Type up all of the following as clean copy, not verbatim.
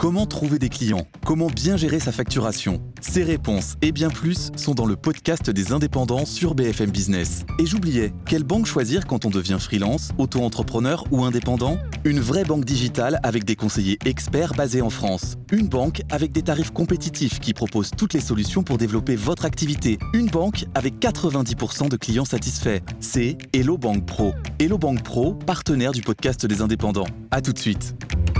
Comment trouver des clients? Comment bien gérer sa facturation? Ces réponses et bien plus sont dans le podcast des indépendants sur BFM Business. Et j'oubliais, quelle banque choisir quand on devient freelance, auto-entrepreneur ou indépendant? Une vraie banque digitale avec des conseillers experts basés en France. Une banque avec des tarifs compétitifs qui propose toutes les solutions pour développer votre activité. Une banque avec 90% de clients satisfaits. C'est Hello Bank Pro. Hello Bank Pro, partenaire du podcast des indépendants. À tout de suite.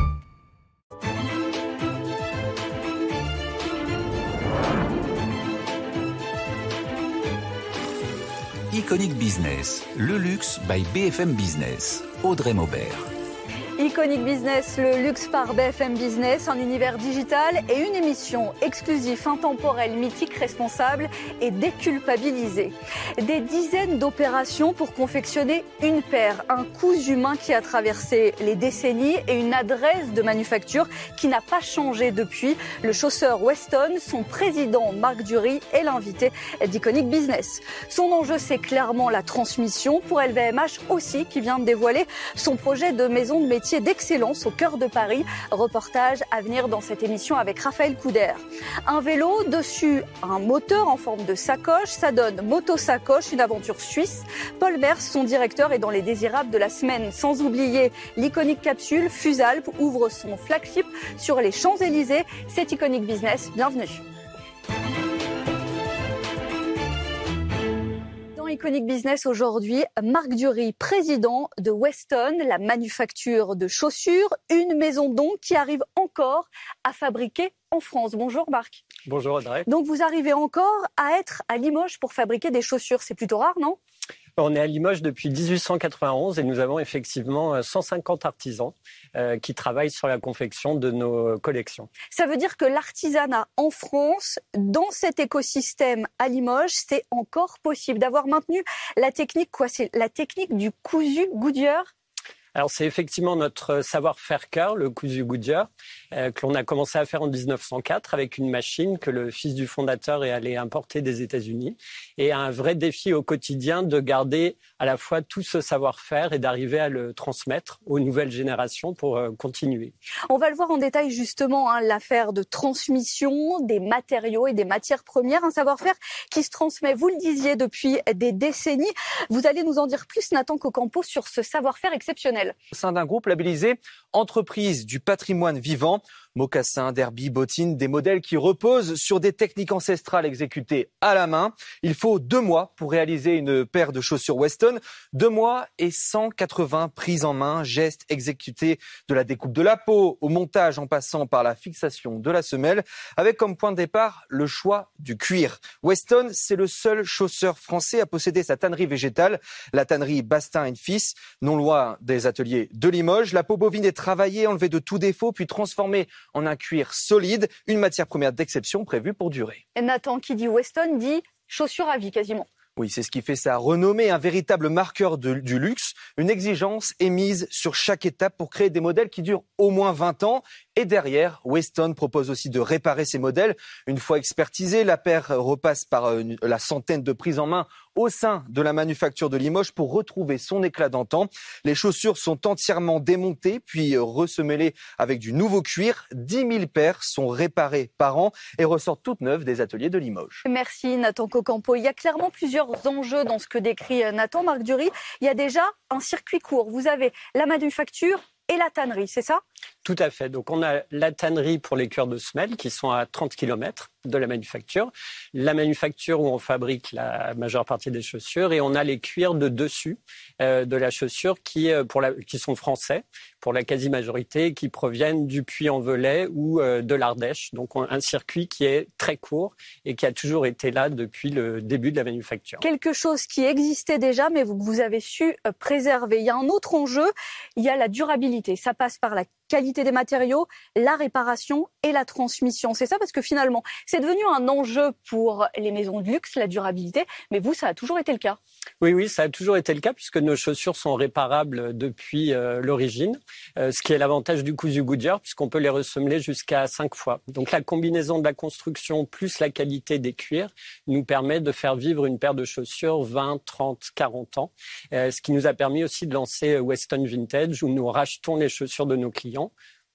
Iconic Business, le luxe by BFM Business. Audrey Maubert. Iconic Business, le luxe par BFM Business, un univers digital et une émission exclusive, intemporelle, mythique, responsable et déculpabilisée. Des dizaines d'opérations pour confectionner une paire, un cousu humain qui a traversé les décennies et une adresse de manufacture qui n'a pas changé depuis. Le chausseur Weston, son président Marc Dury est l'invité d'Iconic Business. Son enjeu, c'est clairement la transmission pour LVMH aussi, qui vient de dévoiler son projet de maison de métier d'excellence au cœur de Paris. Reportage à venir dans cette émission avec Raphaël Couder. Un vélo, dessus un moteur en forme de sacoche, ça donne Moto Sacoche, une aventure suisse. Paul Mers, son directeur, est dans les désirables de la semaine. Sans oublier l'iconique capsule Fusalp ouvre son flagship sur les Champs-Élysées. C'est Iconic Business, bienvenue. Iconic Business aujourd'hui, Marc Dury, président de Weston, la manufacture de chaussures, une maison donc qui arrive encore à fabriquer en France. Bonjour Marc. Bonjour Audrey. Donc vous arrivez encore à être à Limoges pour fabriquer des chaussures, c'est plutôt rare, non ? On est à Limoges depuis 1891 et nous avons effectivement 150 artisans qui travaillent sur la confection de nos collections. Ça veut dire que l'artisanat en France, dans cet écosystème à Limoges, c'est encore possible d'avoir maintenu la technique, quoi, c'est la technique du cousu Goodyear. Alors c'est effectivement notre savoir-faire cœur, le cousu Goodyear, que l'on a commencé à faire en 1904 avec une machine que le fils du fondateur est allé importer des États-Unis. Et un vrai défi au quotidien de garder à la fois tout ce savoir-faire et d'arriver à le transmettre aux nouvelles générations pour continuer. On va le voir en détail justement, l'affaire de transmission des matériaux et des matières premières, un savoir-faire qui se transmet, vous le disiez, depuis des décennies. Vous allez nous en dire plus, Nathan Cocampo, sur ce savoir-faire exceptionnel. Au sein d'un groupe labellisé Entreprise du patrimoine vivant, mocassins, derby, bottines, des modèles qui reposent sur des techniques ancestrales exécutées à la main. Il faut 2 mois pour réaliser une paire de chaussures Weston. 2 mois et 180 prises en main, gestes exécutés de la découpe de la peau au montage en passant par la fixation de la semelle, avec comme point de départ le choix du cuir. Weston, c'est le seul chausseur français à posséder sa tannerie végétale, la tannerie Bastin & Fils, non loin des ateliers de Limoges. La peau bovine est travaillée, enlevée de tout défaut, puis transformée en un cuir solide, une matière première d'exception prévue pour durer. Et Nathan, qui dit Weston, dit chaussures à vie quasiment. Oui, c'est ce qui fait sa renommée, un véritable marqueur du luxe. Une exigence est mise sur chaque étape pour créer des modèles qui durent au moins 20 ans. Et derrière, Weston propose aussi de réparer ces modèles. Une fois expertisée, la paire repasse par la centaine de prises en main au sein de la manufacture de Limoges pour retrouver son éclat d'antan. Les chaussures sont entièrement démontées puis ressemellées avec du nouveau cuir. 10 000 paires sont réparées par an et ressortent toutes neuves des ateliers de Limoges. Merci Nathan Cocampo. Il y a clairement plusieurs enjeux dans ce que décrit Nathan. Marc Dury, il y a déjà un circuit court. Vous avez la manufacture et la tannerie, c'est ça ? Tout à fait. Donc on a la tannerie pour les cuirs de semelle qui sont à 30 km de la manufacture. La manufacture où on fabrique la majeure partie des chaussures et on a les cuirs de dessus de la chaussure qui sont français pour la quasi-majorité qui proviennent du Puy-en-Velay ou de l'Ardèche. Donc un circuit qui est très court et qui a toujours été là depuis le début de la manufacture. Quelque chose qui existait déjà mais vous avez su préserver. Il y a un autre enjeu, il y a la durabilité. Ça passe par la qualité des matériaux, la réparation et la transmission. C'est ça parce que finalement, c'est devenu un enjeu pour les maisons de luxe, la durabilité, mais vous, ça a toujours été le cas. Oui, ça a toujours été le cas puisque nos chaussures sont réparables depuis l'origine, ce qui est l'avantage du cousu Goodyear puisqu'on peut les ressemeler jusqu'à 5 fois. Donc la combinaison de la construction plus la qualité des cuirs nous permet de faire vivre une paire de chaussures 20, 30, 40 ans, ce qui nous a permis aussi de lancer Weston Vintage où nous rachetons les chaussures de nos clients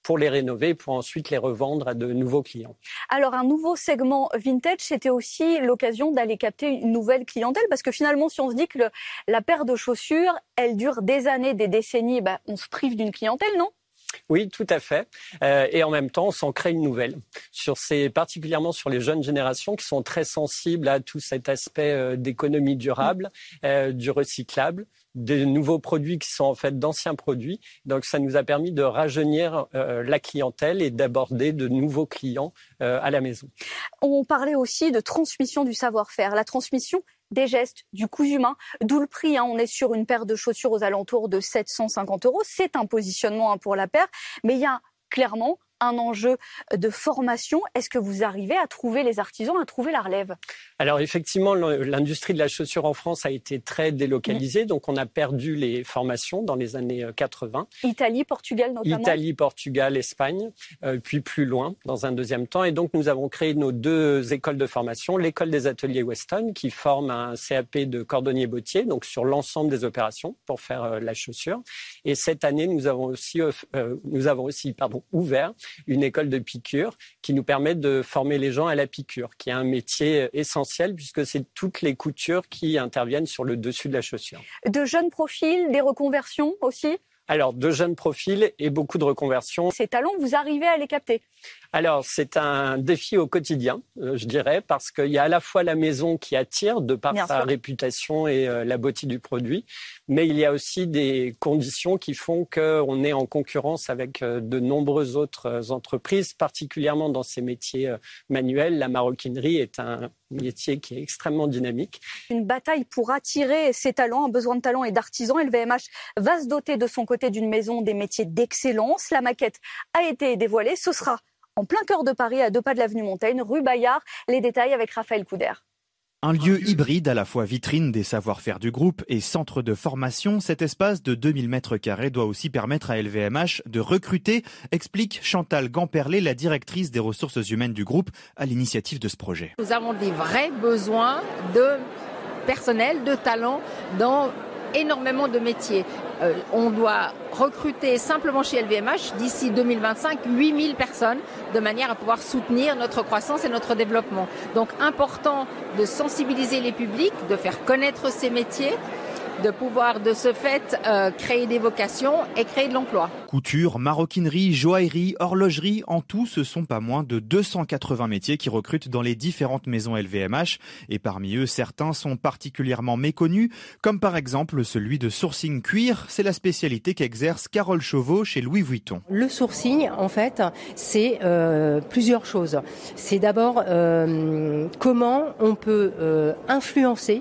pour les rénover, pour ensuite les revendre à de nouveaux clients. Alors un nouveau segment vintage, c'était aussi l'occasion d'aller capter une nouvelle clientèle, parce que finalement, si on se dit que la paire de chaussures, elle dure des années, des décennies, on se prive d'une clientèle, non ? Oui, tout à fait. Et en même temps, on s'en crée une nouvelle. Particulièrement sur les jeunes générations qui sont très sensibles à tout cet aspect d'économie durable, du recyclable, des nouveaux produits qui sont en fait d'anciens produits. Donc ça nous a permis de rajeunir la clientèle et d'aborder de nouveaux clients à la maison. On parlait aussi de transmission du savoir-faire. La transmission des gestes, du coût humain, d'où le prix. On est sur une paire de chaussures aux alentours de 750 €. C'est un positionnement pour la paire, mais il y a clairement un enjeu de formation. Est-ce que vous arrivez à trouver les artisans, à trouver la relève ? Alors effectivement, l'industrie de la chaussure en France a été très délocalisée, donc on a perdu les formations dans les années 80. Italie, Portugal notamment. Italie, Portugal, Espagne, puis plus loin dans un deuxième temps. Et donc nous avons créé nos 2 écoles de formation, l'école des ateliers Weston qui forme un CAP de cordonnier bottier, donc sur l'ensemble des opérations pour faire la chaussure. Et cette année, nous avons aussi ouvert une école de piqûre qui nous permet de former les gens à la piqûre, qui est un métier essentiel puisque c'est toutes les coutures qui interviennent sur le dessus de la chaussure. De jeunes profils, des reconversions aussi ? Alors, de jeunes profils et beaucoup de reconversions. Ces talents, vous arrivez à les capter ? Alors, c'est un défi au quotidien, je dirais, parce qu'il y a à la fois la maison qui attire de par sa réputation et la beauté du produit, mais il y a aussi des conditions qui font qu'on est en concurrence avec de nombreuses autres entreprises, particulièrement dans ces métiers manuels. La maroquinerie est un métier qui est extrêmement dynamique. Une bataille pour attirer ces talents, un besoin de talents et d'artisans. LVMH va se doter de son côté d'une maison des métiers d'excellence. La maquette a été dévoilée. Ce sera en plein cœur de Paris, à 2 pas de l'avenue Montaigne, rue Bayard. Les détails avec Raphaël Couder. Un lieu hybride à la fois vitrine des savoir-faire du groupe et centre de formation, cet espace de 2000 m² doit aussi permettre à LVMH de recruter, explique Chantal Gamperlé, la directrice des ressources humaines du groupe, à l'initiative de ce projet. Nous avons des vrais besoins de personnel, de talent dans énormément de métiers. On doit recruter simplement chez LVMH d'ici 2025 8000 personnes de manière à pouvoir soutenir notre croissance et notre développement. Donc important de sensibiliser les publics, de faire connaître ces métiers, de pouvoir de ce fait créer des vocations et créer de l'emploi. Couture, maroquinerie, joaillerie, horlogerie, en tout ce sont pas moins de 280 métiers qui recrutent dans les différentes maisons LVMH et parmi eux certains sont particulièrement méconnus comme par exemple celui de sourcing cuir, c'est la spécialité qu'exerce Carole Chauveau chez Louis Vuitton. Le sourcing en fait c'est plusieurs choses. C'est d'abord comment on peut influencer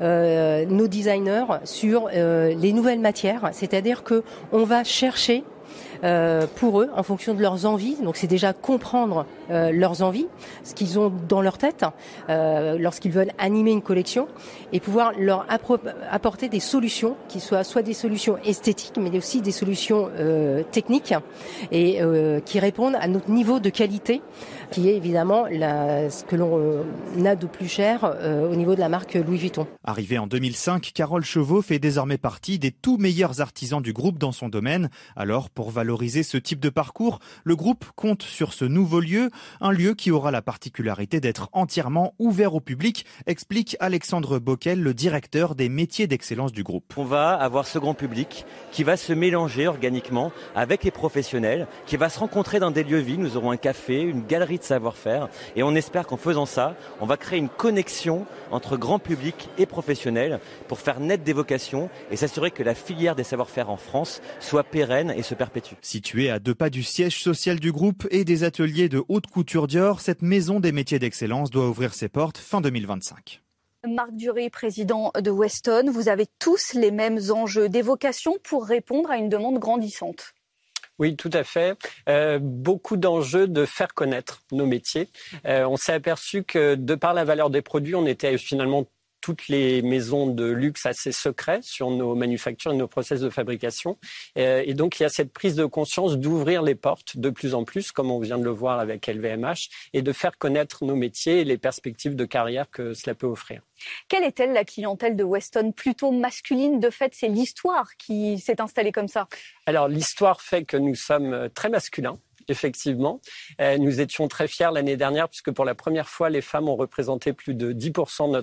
nos designers sur les nouvelles matières, c'est-à-dire que on va chercher pour eux en fonction de leurs envies. Donc c'est déjà comprendre leurs envies, ce qu'ils ont dans leur tête lorsqu'ils veulent animer une collection et pouvoir leur apporter des solutions qui soient soit des solutions esthétiques mais aussi des solutions techniques et qui répondent à notre niveau de qualité qui est évidemment ce que l'on a de plus cher au niveau de la marque Louis Vuitton. Arrivée en 2005, Carole Chauveau fait désormais partie des tout meilleurs artisans du groupe dans son domaine. Alors, pour valoriser ce type de parcours, le groupe compte sur ce nouveau lieu, un lieu qui aura la particularité d'être entièrement ouvert au public, explique Alexandre Bockel, le directeur des métiers d'excellence du groupe. On va avoir ce grand public qui va se mélanger organiquement avec les professionnels, qui va se rencontrer dans des lieux vides. Nous aurons un café, une galerie de savoir-faire et on espère qu'en faisant ça, on va créer une connexion entre grand public et professionnels pour faire naître des vocations et s'assurer que la filière des savoir-faire en France soit pérenne et se perpétue. Située à 2 pas du siège social du groupe et des ateliers de haute couture Dior, cette maison des métiers d'excellence doit ouvrir ses portes fin 2025. Marc Dury, président de Weston, vous avez tous les mêmes enjeux, des vocations pour répondre à une demande grandissante. Oui, tout à fait. Beaucoup d'enjeux de faire connaître nos métiers. On s'est aperçu que de par la valeur des produits, on était finalement toutes les maisons de luxe assez secrets sur nos manufactures et nos process de fabrication. Et donc, il y a cette prise de conscience d'ouvrir les portes de plus en plus, comme on vient de le voir avec LVMH, et de faire connaître nos métiers et les perspectives de carrière que cela peut offrir. Quelle est-elle la clientèle de Weston? Plutôt masculine, de fait, c'est l'histoire qui s'est installée comme ça. Alors, l'histoire fait que nous sommes très masculins. effectivement. Nous étions très fiers l'année dernière puisque pour la première fois, les femmes ont représenté plus de 10% de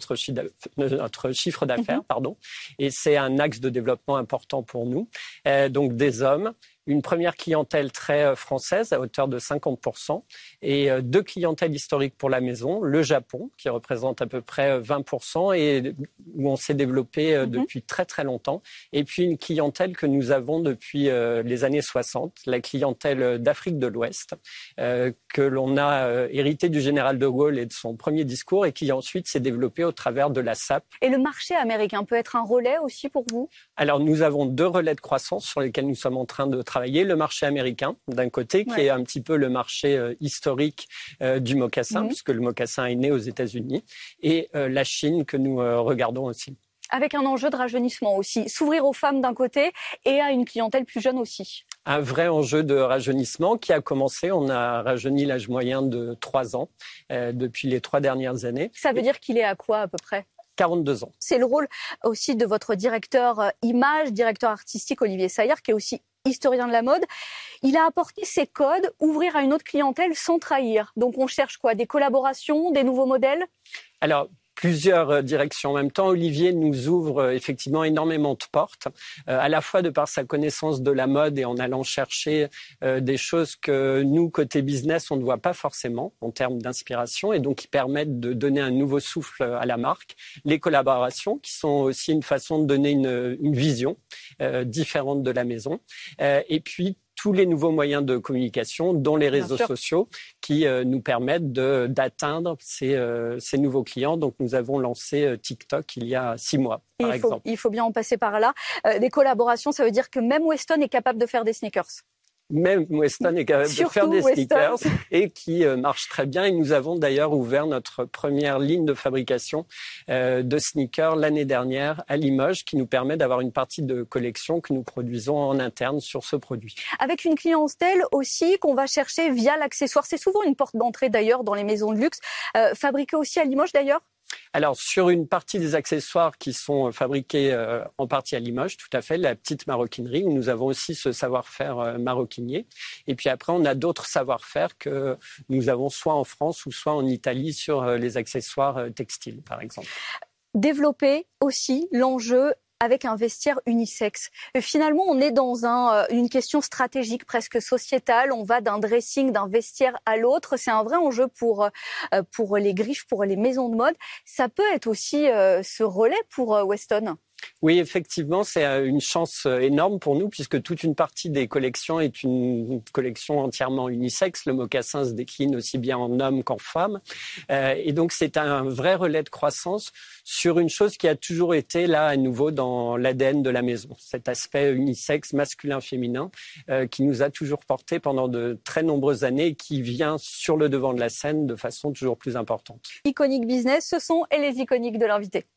notre chiffre d'affaires. Et c'est un axe de développement important pour nous. Donc des hommes, une première clientèle très française à hauteur de 50% et 2 clientèles historiques pour la maison, le Japon qui représente à peu près 20% et où on s'est développé depuis très très longtemps, et puis une clientèle que nous avons depuis les années 60, la clientèle d'Afrique de l'Ouest que l'on a hérité du général de Gaulle et de son premier discours et qui ensuite s'est développée au travers de la SAP. Et le marché américain peut être un relais aussi pour vous ? Alors nous avons 2 relais de croissance sur lesquels nous sommes en train de travailler. Le marché américain, d'un côté, qui est un petit peu le marché historique du mocassin, puisque le mocassin est né aux États-Unis, et la Chine que nous regardons aussi. Avec un enjeu de rajeunissement aussi, s'ouvrir aux femmes d'un côté et à une clientèle plus jeune aussi. Un vrai enjeu de rajeunissement qui a commencé, on a rajeuni l'âge moyen de 3 ans depuis les 3 dernières années. Ça veut dire qu'il est à quoi à peu près ? 42 ans. C'est le rôle aussi de votre directeur image, directeur artistique Olivier Saillard, qui est aussi historien de la mode. Il a apporté ses codes, ouvrir à une autre clientèle sans trahir. Donc on cherche quoi ? Des collaborations, des nouveaux modèles ? Alors, plusieurs directions en même temps. Olivier nous ouvre effectivement énormément de portes, à la fois de par sa connaissance de la mode et en allant chercher des choses que nous, côté business, on ne voit pas forcément en termes d'inspiration et donc qui permettent de donner un nouveau souffle à la marque. Les collaborations qui sont aussi une façon de donner une vision différente de la maison. Et puis, tous les nouveaux moyens de communication, dont les réseaux sociaux, qui nous permettent d'atteindre ces nouveaux clients. Donc, nous avons lancé TikTok il y a 6 mois, par exemple. Il faut bien en passer par là. Des collaborations, ça veut dire que même Weston est capable de faire des sneakers. Même Weston est capable de faire des sneakers et qui marche très bien. Et nous avons d'ailleurs ouvert notre première ligne de fabrication de sneakers l'année dernière à Limoges, qui nous permet d'avoir une partie de collection que nous produisons en interne sur ce produit. Avec une clientèle aussi qu'on va chercher via l'accessoire. C'est souvent une porte d'entrée d'ailleurs dans les maisons de luxe. Fabriquée aussi à Limoges d'ailleurs ? Alors, sur une partie des accessoires qui sont fabriqués en partie à Limoges, tout à fait, la petite maroquinerie, où nous avons aussi ce savoir-faire maroquinier. Et puis après, on a d'autres savoir-faire que nous avons soit en France ou soit en Italie sur les accessoires textiles, par exemple. Développer aussi l'enjeu avec un vestiaire unisexe. Finalement, on est dans une question stratégique, presque sociétale. On va d'un dressing, d'un vestiaire à l'autre. C'est un vrai enjeu pour les griffes, pour les maisons de mode. Ça peut être aussi ce relais pour Weston. Oui, effectivement, c'est une chance énorme pour nous puisque toute une partie des collections est une collection entièrement unisexe. Le mocassin se décline aussi bien en homme qu'en femme. Et donc, c'est un vrai relais de croissance sur une chose qui a toujours été là à nouveau dans l'ADN de la maison. Cet aspect unisexe masculin-féminin qui nous a toujours porté pendant de très nombreuses années et qui vient sur le devant de la scène de façon toujours plus importante. Iconic Business, ce sont les iconiques de l'invité.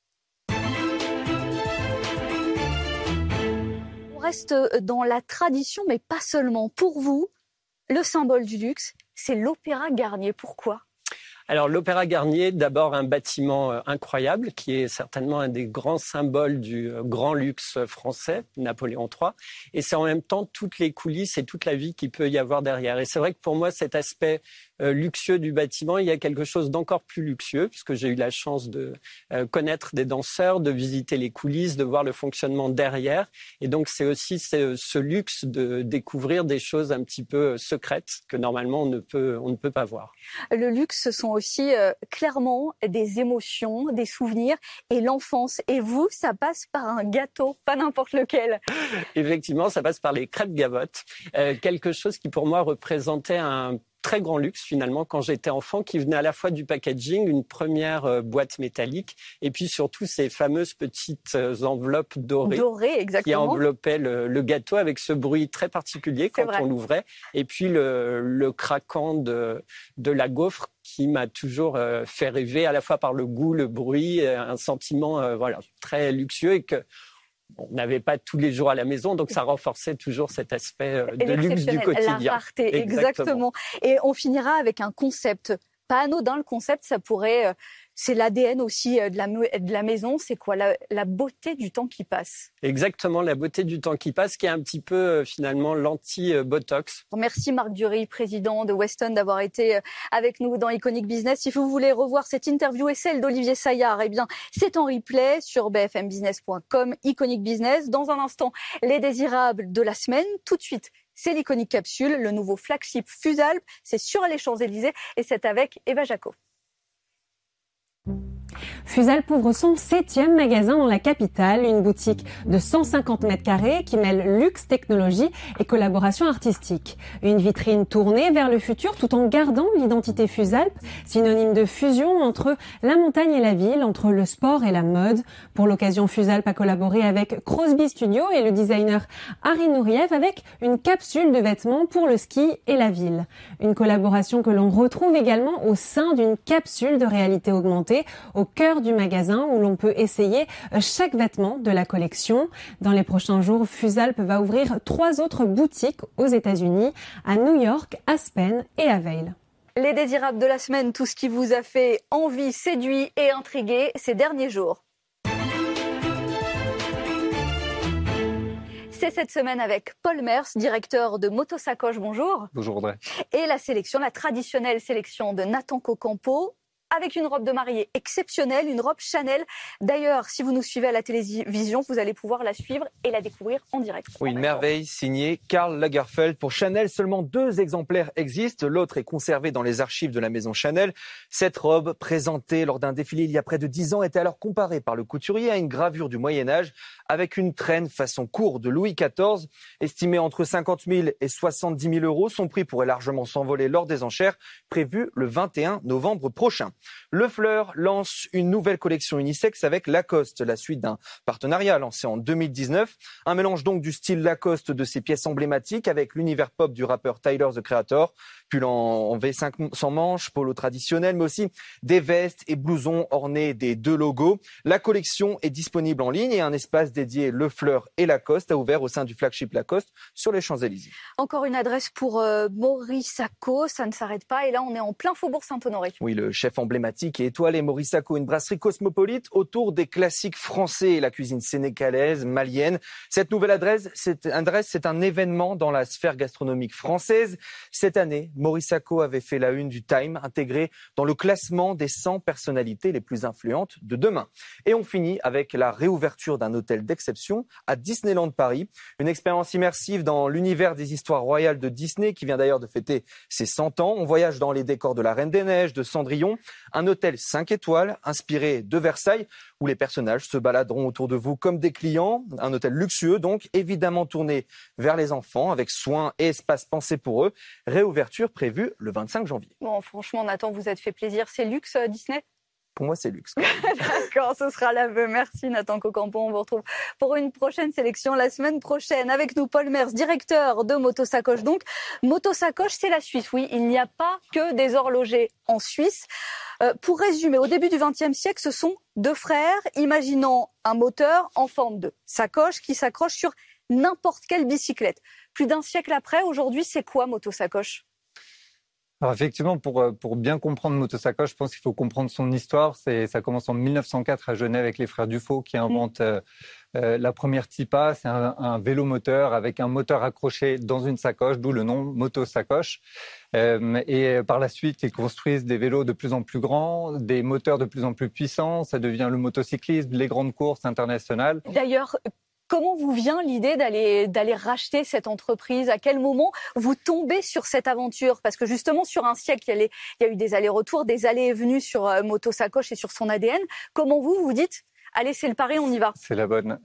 On reste dans la tradition, mais pas seulement. Pour vous, le symbole du luxe, c'est l'Opéra Garnier. Pourquoi ? Alors l'Opéra Garnier, d'abord un bâtiment incroyable qui est certainement un des grands symboles du grand luxe français, Napoléon III. Et c'est en même temps toutes les coulisses et toute la vie qu'il peut y avoir derrière. Et c'est vrai que pour moi, cet aspect luxueux du bâtiment, il y a quelque chose d'encore plus luxueux, puisque j'ai eu la chance de connaître des danseurs, de visiter les coulisses, de voir le fonctionnement derrière. Et donc c'est aussi ce luxe de découvrir des choses un petit peu secrètes que normalement on ne peut pas voir. Le luxe, ce sont aussi clairement des émotions, des souvenirs et l'enfance. Et vous, ça passe par un gâteau, pas n'importe lequel. Effectivement, ça passe par les crêpes gavottes, quelque chose qui pour moi représentait un très grand luxe finalement quand j'étais enfant, qui venait à la fois du packaging, une première boîte métallique et puis surtout ces fameuses petites enveloppes dorées qui enveloppaient le gâteau avec ce bruit très particulier quand on l'ouvrait et puis le craquant de la gaufre qui m'a toujours fait rêver à la fois par le goût, le bruit, un sentiment très luxueux et que on n'avait pas tous les jours à la maison, donc ça renforçait toujours cet aspect de luxe du quotidien. La rareté, exactement. Et on finira avec un concept pas anodin le concept, ça pourrait... c'est l'ADN aussi de la maison, c'est quoi la beauté du temps qui passe. Exactement, la beauté du temps qui passe, qui est un petit peu finalement l'anti-Botox. Merci Marc Dury, président de Weston, d'avoir été avec nous dans Iconic Business. Si vous voulez revoir cette interview et celle d'Olivier Saillard, eh bien c'est en replay sur bfmbusiness.com, Iconic Business. Dans un instant, les désirables de la semaine. Tout de suite, c'est l'Iconic Capsule, le nouveau flagship Fusalp. C'est sur les Champs-Élysées et c'est avec Eva Jaco. Fusalp ouvre son 7e magasin dans la capitale, une boutique de 150 mètres carrés qui mêle luxe, technologie et collaboration artistique. Une vitrine tournée vers le futur tout en gardant l'identité Fusalp, synonyme de fusion entre la montagne et la ville, entre le sport et la mode. Pour l'occasion, Fusalp a collaboré avec Crosby Studio et le designer Harry Nouriev avec une capsule de vêtements pour le ski et la ville. Une collaboration que l'on retrouve également au sein d'une capsule de réalité augmentée au cœur du magasin où l'on peut essayer chaque vêtement de la collection. Dans les prochains jours, Fusalp va ouvrir 3 autres boutiques aux États-Unis, à New York, Aspen et à Vail. Les désirables de la semaine, tout ce qui vous a fait envie, séduit et intrigué ces derniers jours. C'est cette semaine avec Paul Mers, directeur de Motosacoche. Bonjour. Bonjour Audrey. Et la traditionnelle sélection de Nathan Cocampo, avec une robe de mariée exceptionnelle, une robe Chanel. D'ailleurs, si vous nous suivez à la télévision, vous allez pouvoir la suivre et la découvrir en direct. Oui, une merveille signée Karl Lagerfeld. Pour Chanel, seulement 2 exemplaires existent. L'autre est conservé dans les archives de la maison Chanel. Cette robe, présentée lors d'un défilé il y a près de 10 ans, était alors comparée par le couturier à une gravure du Moyen-Âge avec une traîne façon cour de Louis XIV. Estimée entre 50 000 et 70 000 euros, son prix pourrait largement s'envoler lors des enchères prévues le 21 novembre prochain. Le Fleur lance une nouvelle collection unisexe avec Lacoste, la suite d'un partenariat lancé en 2019. Un mélange donc du style Lacoste de ses pièces emblématiques avec l'univers pop du rappeur Tyler, the Creator. Pull en V5 sans manches, polo traditionnel, mais aussi des vestes et blousons ornés des 2 logos. La collection est disponible en ligne et un espace dédié Le Fleur et Lacoste a ouvert au sein du flagship Lacoste sur les Champs-Élysées. Encore une adresse pour Morissaco, ça ne s'arrête pas et là on est en plein faubourg Saint-Honoré. Oui, le chef emblématique et étoilé Morissaco, une brasserie cosmopolite autour des classiques français et la cuisine sénégalaise, malienne. Cette nouvelle adresse, c'est un événement dans la sphère gastronomique française. Cette année, Morissaco avait fait la une du Time, intégré dans le classement des 100 personnalités les plus influentes de demain. Et on finit avec la réouverture d'un hôtel d'exception à Disneyland Paris. Une expérience immersive dans l'univers des histoires royales de Disney, qui vient d'ailleurs de fêter ses 100 ans. On voyage dans les décors de la Reine des Neiges, de Cendrillon. Un hôtel 5 étoiles, inspiré de Versailles, où les personnages se baladeront autour de vous comme des clients. Un hôtel luxueux, donc, évidemment tourné vers les enfants, avec soins et espace pensés pour eux. Réouverture prévue le 25 janvier. Bon, franchement, Nathan, vous êtes fait plaisir. C'est luxe, Disney ? Pour moi, c'est luxe. D'accord, ce sera l'aveu. Merci Nathan Cocampo. On vous retrouve pour une prochaine sélection la semaine prochaine. Avec nous, Paul Mers, directeur de Motosacoche. Donc, Motosacoche, c'est la Suisse. Oui, il n'y a pas que des horlogers en Suisse. Pour résumer, au début du XXe siècle, ce sont 2 frères imaginant un moteur en forme de sacoche qui s'accroche sur n'importe quelle bicyclette. Plus d'un siècle après, aujourd'hui, c'est quoi Motosacoche ? Alors effectivement, pour bien comprendre Motosacoche, je pense qu'il faut comprendre son histoire. Ça commence en 1904 à Genève avec les frères Dufaux qui inventent la première Tipa. C'est un vélo moteur avec un moteur accroché dans une sacoche, d'où le nom Motosacoche. Et par la suite, ils construisent des vélos de plus en plus grands, des moteurs de plus en plus puissants. Ça devient le motocyclisme, les grandes courses internationales. D'ailleurs, comment vous vient l'idée d'aller racheter cette entreprise ? À quel moment vous tombez sur cette aventure ? Parce que justement, sur un siècle, il y a eu des allers-retours, des allées et venues sur Motosacoche et sur son ADN. Comment vous dites, allez, c'est le pari, on y va ? C'est la bonne.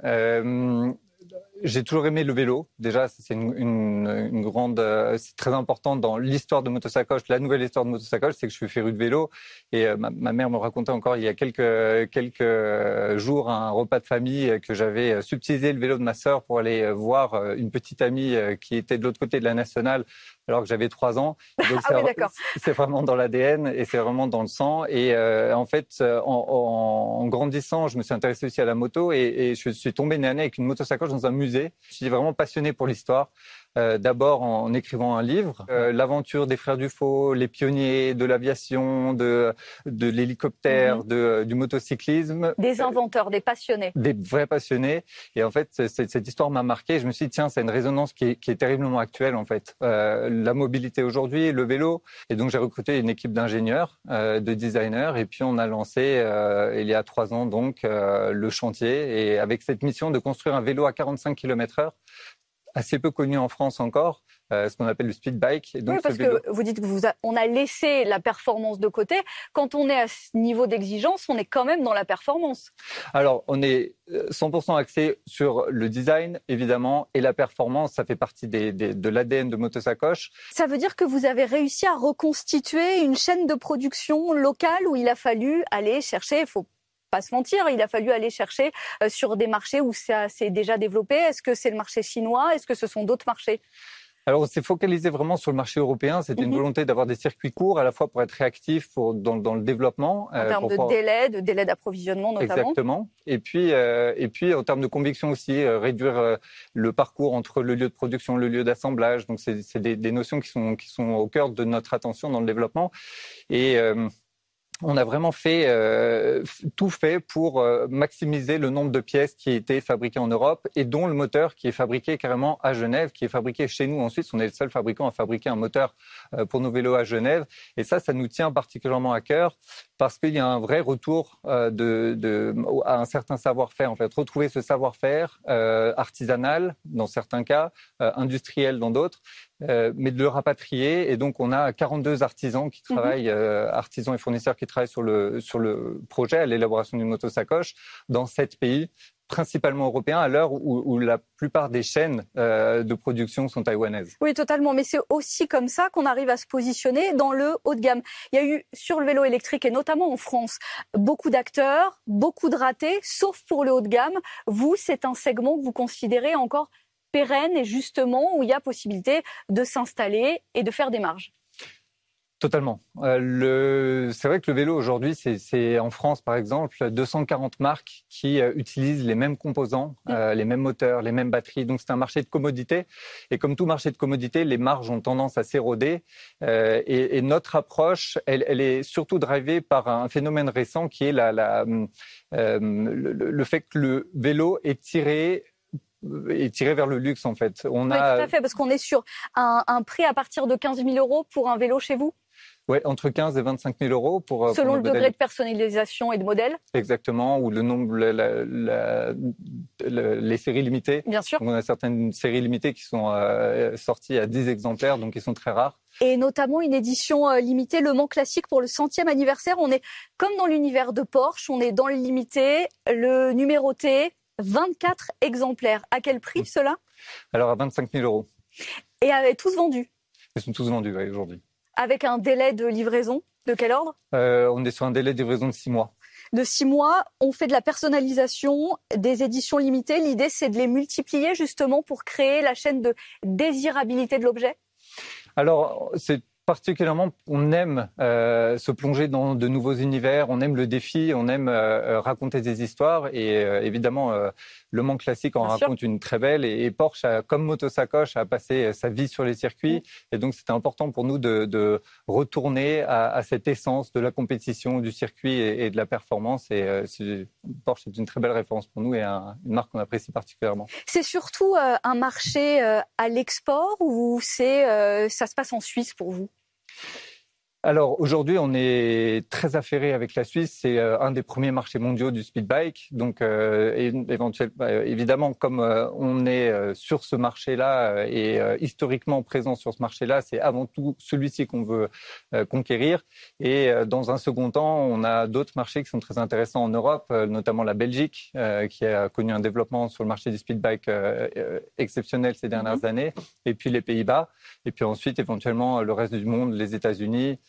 J'ai toujours aimé le vélo. Déjà, c'est une grande, c'est très important dans l'histoire de Motosacoche. La nouvelle histoire de Motosacoche, c'est que je suis féru de vélo. Et ma mère me racontait encore il y a quelques jours un repas de famille que j'avais subtilisé le vélo de ma sœur pour aller voir une petite amie qui était de l'autre côté de la nationale alors que j'avais 3 ans. Donc c'est vraiment dans l'ADN et c'est vraiment dans le sang. Et en fait, en grandissant, je me suis intéressé aussi à la moto et je suis tombé nez à nez avec une motosacoche dans un musée. Je suis vraiment passionné pour l'histoire. d'abord en écrivant un livre, l'aventure des frères Dufaux, les pionniers de l'aviation, de l'hélicoptère, du motocyclisme. Des inventeurs, des passionnés. Des vrais passionnés. Et en fait, cette histoire m'a marqué. Je me suis dit, tiens, c'est une résonance qui est terriblement actuelle, en fait. La mobilité aujourd'hui, le vélo. Et donc, j'ai recruté une équipe d'ingénieurs, de designers. Et puis, on a lancé, il y a 3 ans, donc, le chantier. Et avec cette mission de construire un vélo à 45 km/h, assez peu connu en France encore, ce qu'on appelle le speed bike. Et donc, oui, parce que vous dites qu'on a laissé la performance de côté. Quand on est à ce niveau d'exigence, on est quand même dans la performance. Alors, on est 100% axé sur le design, évidemment, et la performance. Ça fait partie de l'ADN de Motosacoche. Ça veut dire que vous avez réussi à reconstituer une chaîne de production locale où il a fallu aller chercher, faut pas se mentir, il a fallu aller chercher sur des marchés où ça s'est déjà développé. Est-ce que c'est le marché chinois? Est-ce que ce sont d'autres marchés? Alors, on s'est focalisé vraiment sur le marché européen. C'était une volonté d'avoir des circuits courts, à la fois pour être réactif dans le développement. En termes de délai d'approvisionnement notamment. Exactement. Et puis en termes de conviction aussi, réduire le parcours entre le lieu de production, le lieu d'assemblage. Donc, c'est des notions qui sont au cœur de notre attention dans le développement. Et on a vraiment tout fait pour maximiser le nombre de pièces qui étaient fabriquées en Europe et dont le moteur qui est fabriqué carrément à Genève, qui est fabriqué chez nous en Suisse. On est le seul fabricant à fabriquer un moteur pour nos vélos à Genève. Et ça nous tient particulièrement à cœur parce qu'il y a un vrai retour à un certain savoir-faire. En fait, retrouver ce savoir-faire artisanal dans certains cas, industriel dans d'autres, mais de le rapatrier. Et donc, on a 42 artisans qui travaillent, artisans et fournisseurs qui travaillent sur le projet, à l'élaboration d'une motosacoche dans 7 pays, principalement européens, à l'heure où la plupart des chaînes de production sont taïwanaises. Oui, totalement. Mais c'est aussi comme ça qu'on arrive à se positionner dans le haut de gamme. Il y a eu, sur le vélo électrique, et notamment en France, beaucoup d'acteurs, beaucoup de ratés, sauf pour le haut de gamme. Vous, c'est un segment que vous considérez encore pérenne et justement où il y a possibilité de s'installer et de faire des marges. Totalement. C'est vrai que le vélo aujourd'hui, c'est en France par exemple 240 marques qui utilisent les mêmes composants, les mêmes moteurs, les mêmes batteries. Donc c'est un marché de commodité. Et comme tout marché de commodité, les marges ont tendance à s'éroder. Et notre approche, elle est surtout drivée par un phénomène récent qui est le fait que le vélo est tiré vers le luxe en fait. Oui, tout à fait, parce qu'on est sur un prix à partir de 15 000 euros pour un vélo chez vous. Oui, entre 15 et 25 000 euros selon le degré de personnalisation et de modèle. Exactement, ou le nombre, les séries limitées. Bien sûr. Donc, on a certaines séries limitées qui sont sorties à 10 exemplaires, donc qui sont très rares. Et notamment une édition limitée, Le Mans Classique pour le 100e anniversaire. On est comme dans l'univers de Porsche, on est dans le limité, le numéroté, 24 exemplaires. À quel prix cela? Alors à 25 000 euros. Et tous vendus? Ils sont tous vendus, oui, aujourd'hui. Avec un délai de livraison de quel ordre? On est sur un délai de livraison de 6 mois. De 6 mois, on fait de la personnalisation, des éditions limitées. L'idée, c'est de les multiplier justement pour créer la chaîne de désirabilité de l'objet. Alors, c'est particulièrement, on aime se plonger dans de nouveaux univers, on aime le défi, on aime raconter des histoires et évidemment le Mans Classique en raconte une très belle et Porsche, comme Motosacoche, a passé sa vie sur les circuits et donc c'était important pour nous de retourner à cette essence de la compétition, du circuit et de la performance et Porsche est une très belle référence pour nous et une marque qu'on apprécie particulièrement. C'est surtout un marché à l'export ou ça se passe en Suisse pour vous? Alors aujourd'hui, on est très affairé avec la Suisse. C'est un des premiers marchés mondiaux du speed bike. Donc évidemment, comme on est sur ce marché-là et historiquement présent sur ce marché-là, c'est avant tout celui-ci qu'on veut conquérir. Et dans un second temps, on a d'autres marchés qui sont très intéressants en Europe, notamment la Belgique, qui a connu un développement sur le marché du speed bike exceptionnel ces dernières années. Et puis les Pays-Bas. Et puis ensuite, éventuellement, le reste du monde, les États-Unis.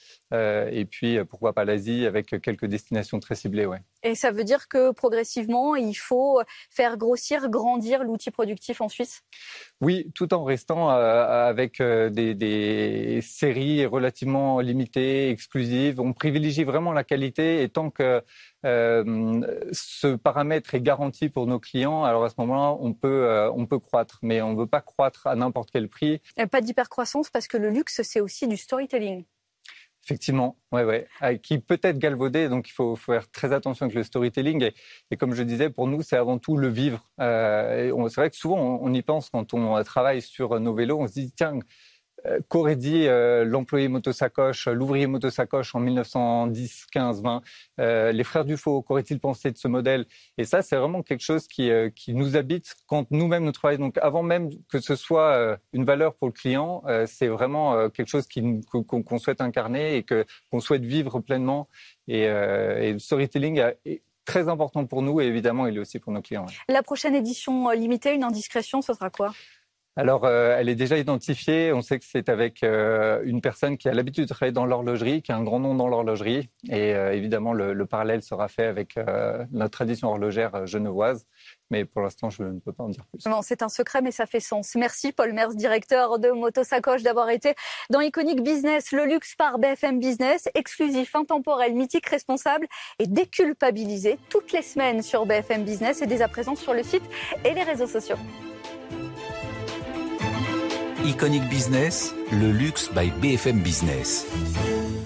et puis pourquoi pas l'Asie avec quelques destinations très ciblées. Ouais. Et ça veut dire que progressivement, il faut faire grandir l'outil productif en Suisse? Oui, tout en restant avec des séries relativement limitées, exclusives. On privilégie vraiment la qualité et tant que ce paramètre est garanti pour nos clients, alors à ce moment-là, on peut croître, mais on ne veut pas croître à n'importe quel prix. Pas d'hypercroissance parce que le luxe, c'est aussi du storytelling. Effectivement, ouais, qui peut être galvaudé, donc il faut faire très attention avec le storytelling. Et comme je disais, pour nous, c'est avant tout le vivre. C'est vrai que souvent, on y pense quand on travaille sur nos vélos, on se dit, tiens, qu'aurait dit l'employé motosacoche, l'ouvrier motosacoche en 1910, 15, 20, les frères Dufaux, qu'auraient-ils pensé de ce modèle? Et ça, c'est vraiment quelque chose qui nous habite quand nous-mêmes nous travaillons. Donc avant même que ce soit une valeur pour le client, c'est vraiment quelque chose qu'on souhaite incarner et qu'on souhaite vivre pleinement. Et le storytelling est très important pour nous et évidemment, il est aussi pour nos clients. Ouais. La prochaine édition limitée, une indiscrétion, ce sera quoi? Alors, elle est déjà identifiée. On sait que c'est avec une personne qui a l'habitude de travailler dans l'horlogerie, qui a un grand nom dans l'horlogerie. Et évidemment, le parallèle sera fait avec notre tradition horlogère genevoise. Mais pour l'instant, je ne peux pas en dire plus. Non, c'est un secret, mais ça fait sens. Merci Paul Merz, directeur de Motosacoche, d'avoir été dans Iconic Business, le luxe par BFM Business, exclusif, intemporel, mythique, responsable et déculpabilisé toutes les semaines sur BFM Business et dès à présent sur le site et les réseaux sociaux. Iconic Business, le luxe by BFM Business.